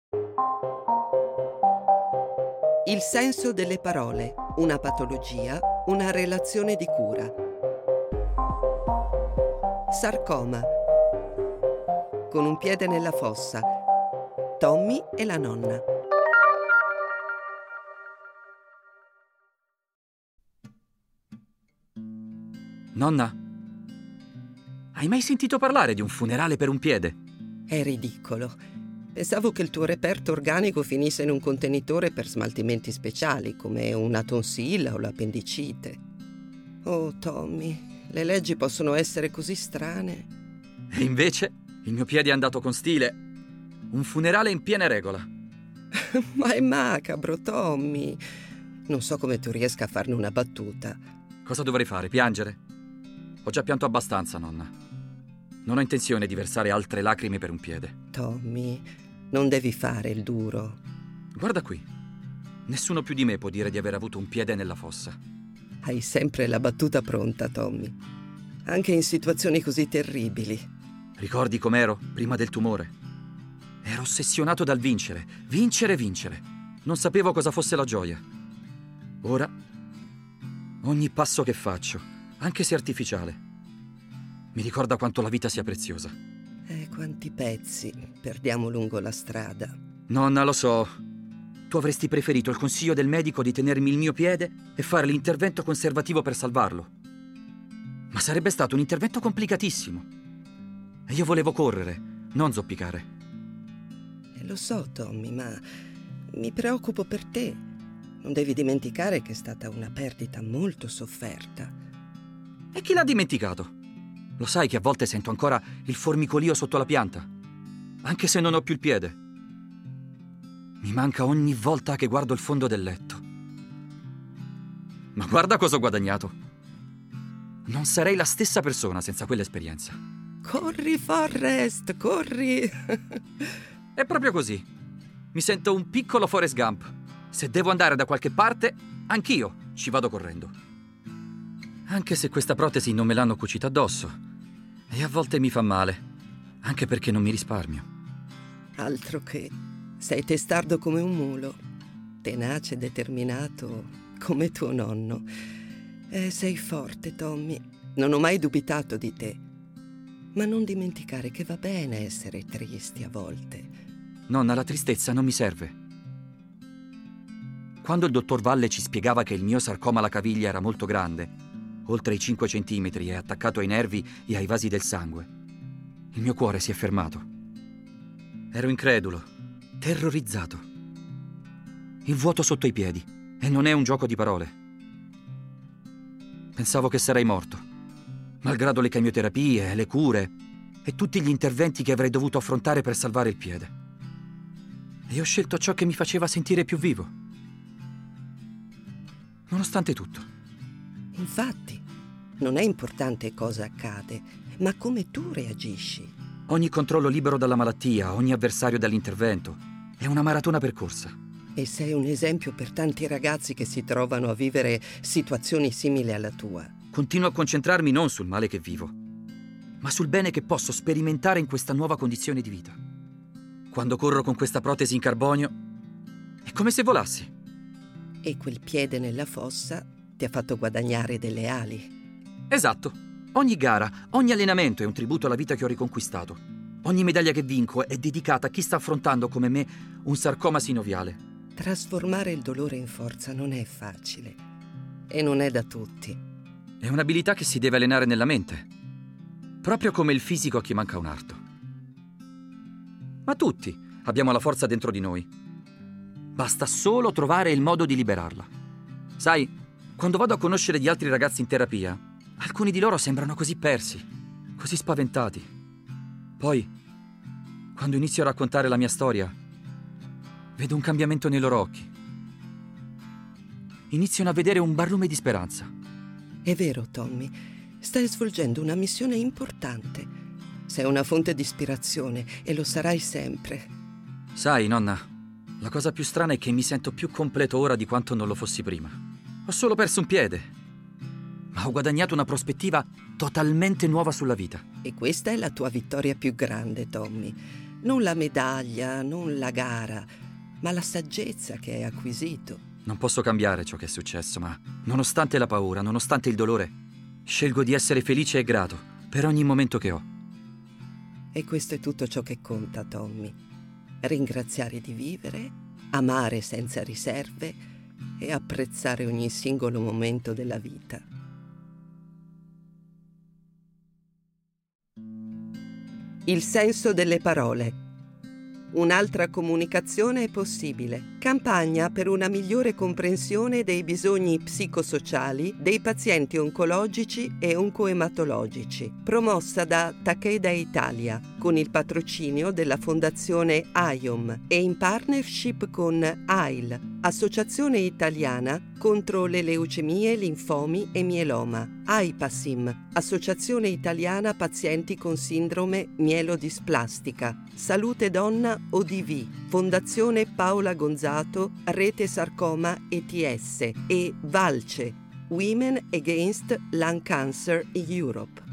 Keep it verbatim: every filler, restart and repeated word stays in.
Il senso delle parole, una patologia, una relazione di cura. Sarcoma. Con un piede nella fossa. Tommy e la nonna. Nonna, hai mai sentito parlare di un funerale per un piede? È ridicolo. Pensavo che il tuo reperto organico finisse in un contenitore per smaltimenti speciali, come una tonsilla o l'appendicite. Oh, Tommy, le leggi possono essere così strane. E invece, il mio piede è andato con stile. Un funerale in piena regola. Ma è macabro, Tommy. Non so come tu riesca a farne una battuta. Cosa dovrei fare? Piangere? Ho già pianto abbastanza, nonna. Non ho intenzione di versare altre lacrime per un piede. Tommy, non devi fare il duro. Guarda qui. Nessuno più di me può dire di aver avuto un piede nella fossa. Hai sempre la battuta pronta, Tommy. Anche in situazioni così terribili. Ricordi com'ero prima del tumore? Ero ossessionato dal vincere. Vincere, vincere. Non sapevo cosa fosse la gioia. Ora, ogni passo che faccio, anche se artificiale, mi ricorda quanto la vita sia preziosa. E quanti pezzi perdiamo lungo la strada. Nonna, lo so. Tu avresti preferito il consiglio del medico di tenermi il mio piede e fare l'intervento conservativo per salvarlo. Ma sarebbe stato un intervento complicatissimo. E io volevo correre, non zoppicare. E lo so, Tommy, ma mi preoccupo per te. Non devi dimenticare che è stata una perdita molto sofferta. E chi l'ha dimenticato? Lo sai che a volte sento ancora il formicolio sotto la pianta, anche se non ho più il piede. Mi manca ogni volta che guardo il fondo del letto. Ma guarda cosa ho guadagnato. Non sarei la stessa persona senza quell'esperienza. Corri, Forrest, corri! È proprio così. Mi sento un piccolo Forrest Gump. Se devo andare da qualche parte, anch'io ci vado correndo. Anche se questa protesi non me l'hanno cucita addosso. E a volte mi fa male, anche perché non mi risparmio. Altro che. Sei testardo come un mulo, tenace e determinato come tuo nonno. E sei forte, Tommy. Non ho mai dubitato di te. Ma non dimenticare che va bene essere tristi a volte. Nonna, la tristezza non mi serve. Quando il dottor Valle ci spiegava che il mio sarcoma alla caviglia era molto grande, oltre i cinque centimetri e attaccato ai nervi e ai vasi del sangue, il mio cuore si è fermato. Ero incredulo, terrorizzato. Il vuoto sotto i piedi, e non è un gioco di parole. Pensavo che sarei morto, malgrado le chemioterapie, le cure e tutti gli interventi che avrei dovuto affrontare per salvare il piede. E ho scelto ciò che mi faceva sentire più vivo. Nonostante tutto. Infatti, non è importante cosa accade, ma come tu reagisci. Ogni controllo libero dalla malattia, ogni avversario dall'intervento, è una maratona percorsa. E sei un esempio per tanti ragazzi che si trovano a vivere situazioni simili alla tua. Continuo a concentrarmi non sul male che vivo, ma sul bene che posso sperimentare in questa nuova condizione di vita. Quando corro con questa protesi in carbonio, è come se volassi. E quel piede nella fossa ti ha fatto guadagnare delle ali. Esatto. Ogni gara, ogni allenamento è un tributo alla vita che ho riconquistato. Ogni medaglia che vinco è dedicata a chi sta affrontando come me un sarcoma sinoviale. Trasformare il dolore in forza non è facile. E non è da tutti. È un'abilità che si deve allenare nella mente. Proprio come il fisico a chi manca un arto. Ma tutti abbiamo la forza dentro di noi. Basta solo trovare il modo di liberarla. Sai, quando vado a conoscere gli altri ragazzi in terapia, alcuni di loro sembrano così persi, così spaventati. Poi, quando inizio a raccontare la mia storia, vedo un cambiamento nei loro occhi. Iniziano a vedere un barlume di speranza. È vero, Tommy. Stai svolgendo una missione importante. Sei una fonte di ispirazione e lo sarai sempre. Sai, nonna, la cosa più strana è che mi sento più completo ora di quanto non lo fossi prima. Ho solo perso un piede, ma ho guadagnato una prospettiva totalmente nuova sulla vita. E questa è la tua vittoria più grande, Tommy. Non la medaglia, non la gara, ma la saggezza che hai acquisito. Non posso cambiare ciò che è successo, ma nonostante la paura, nonostante il dolore, scelgo di essere felice e grato per ogni momento che ho. E questo è tutto ciò che conta, Tommy. Ringraziare di vivere, amare senza riserve e apprezzare ogni singolo momento della vita. Il senso delle parole. Un'altra comunicazione è possibile. Campagna per una migliore comprensione dei bisogni psicosociali dei pazienti oncologici e oncoematologici, promossa da Takeda Italia, con il patrocinio della Fondazione AIOM e in partnership con A I L, Associazione Italiana contro le leucemie, linfomi e mieloma, AIPASIM, Associazione Italiana Pazienti con Sindrome Mielodisplastica, Salute Donna O D V, Fondazione Paola Gonzato, Rete Sarcoma E T S e VALCE, Women Against Lung Cancer in Europe.